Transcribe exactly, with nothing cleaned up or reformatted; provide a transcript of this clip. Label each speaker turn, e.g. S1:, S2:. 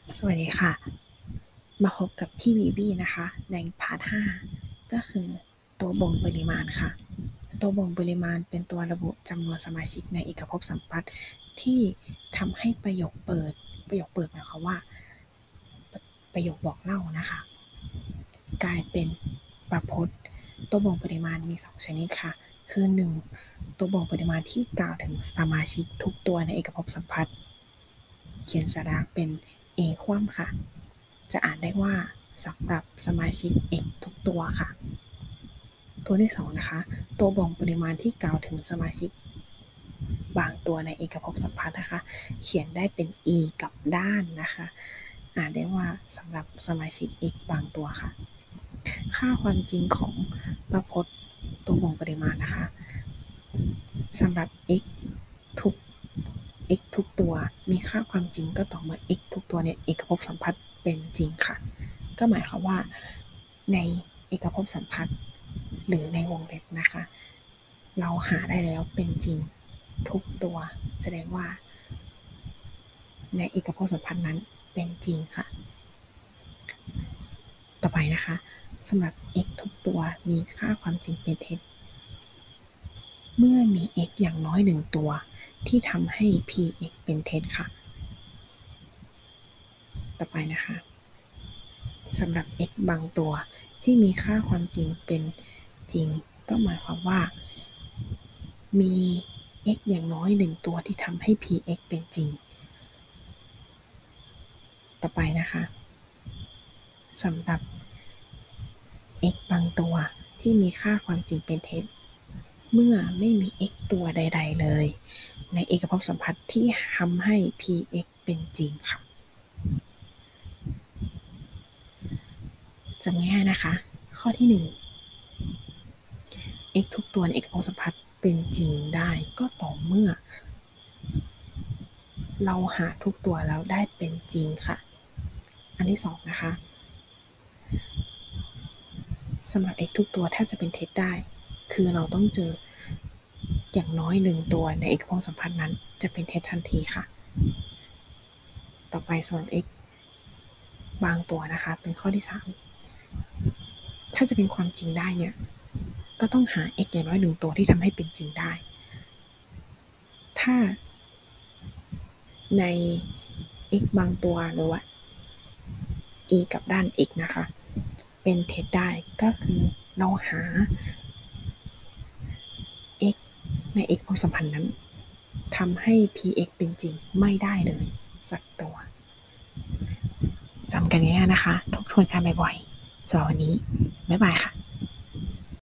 S1: สวัสดีค่ะมาพบกับพี่วีวีนะคะในพาร์ทห้าก็คือตัวบ่งปริมาณค่ะตัวบ่งปริมาณเป็นตัวระบุจำนวนสมาชิกในเอกภพสัมพัทธ์ที่ทำให้ประโยคเปิดประโยคเปิดหมายความว่าประโยคบอกเล่านะคะกลายเป็นประพจน์ตัวบ่งปริมาณมีสองชนิดค่ะคือหนึ่งตัวบ่งปริมาณที่กล่าวถึงสมาชิกทุกตัวในเอกภพสัมพัทธ์เขียนสระเป็น A คว่ำค่ะจะอ่านได้ว่าสำหรับสมาชิก x ทุกตัวค่ะตัวที่สองนะคะตัวบ่งปริมาณที่กล่าวถึงสมาชิกบางตัวในเอกภพสัมพัทธ์นะคะเขียนได้เป็น e กับด้านนะคะอ่านได้ว่าสำหรับสมาชิก x บางตัวค่ะค่าความจริงของประพจน์ตัวบ่งปริมาณนะคะสำหรับ x ทุก x ทุกตัวมีค่าความจริงก็ต่อเมื่อ x ทุกตัวเนี่ยเอกภพสัมพัทธ์เป็นจริงค่ะก็หมายความว่าในเอกภพสัมพัทธ์หรือในวงเล็บนะคะเราหาได้แล้วเป็นจริงทุกตัวแสดงว่าในเอกภพสัมพัทธ์นั้นเป็นจริงค่ะต่อไปนะคะสำหรับ x ทุกตัวมีค่าความจริงเป็นเท็จเมื่อมี x อย่างน้อยหนึ่งตัวที่ทำให้ px เป็นเท็จค่ะต่อไปนะคะสำหรับ x บางตัวที่มีค่าความจริงเป็นจริงก็หมายความว่ามี x อย่างน้อยหนึ่งตัวที่ทำให้ px เป็นจริงต่อไปนะคะสำหรับ x บางตัวที่มีค่าความจริงเป็นเท็จเมื่อไม่มี x ตัวใดๆเลยในเอกภพสัมพัทธ์ที่ทำให้ px เป็นจริงค่ะจำง่ายๆนะคะข้อที่หนึ่ง x ทุกตัวในเอกภพสัมพัทธ์เป็นจริงได้ก็ต่อเมื่อเราหาทุกตัวแล้วได้เป็นจริงค่ะอันที่สองนะคะสำหรับ x ทุกตัวแทบจะเป็นเท็จได้คือเราต้องเจออย่างน้อยหนึ่งตัวในเอกภพสัมพัทธ์นั้นจะเป็นเท็จทันทีค่ะต่อไปสำหรับ x บางตัวนะคะเป็นข้อที่สามถ้าจะเป็นความจริงได้เนี่ยก็ต้องหา x อย่างน้อยหนึ่งตัวที่ทำให้เป็นจริงได้ถ้าใน x บางตัวหรือว่า e กับด้าน x นะคะเป็นเท็จได้ก็คือเราหา x ใน x ภพสัมพันธ์นั้นทำให้ px เป็นจริงไม่ได้เลยสักตัวจำกันง่ายๆนะคะทบทวนกันบ่อยๆสำหรับวันนี้บ๊ายบายค่ะ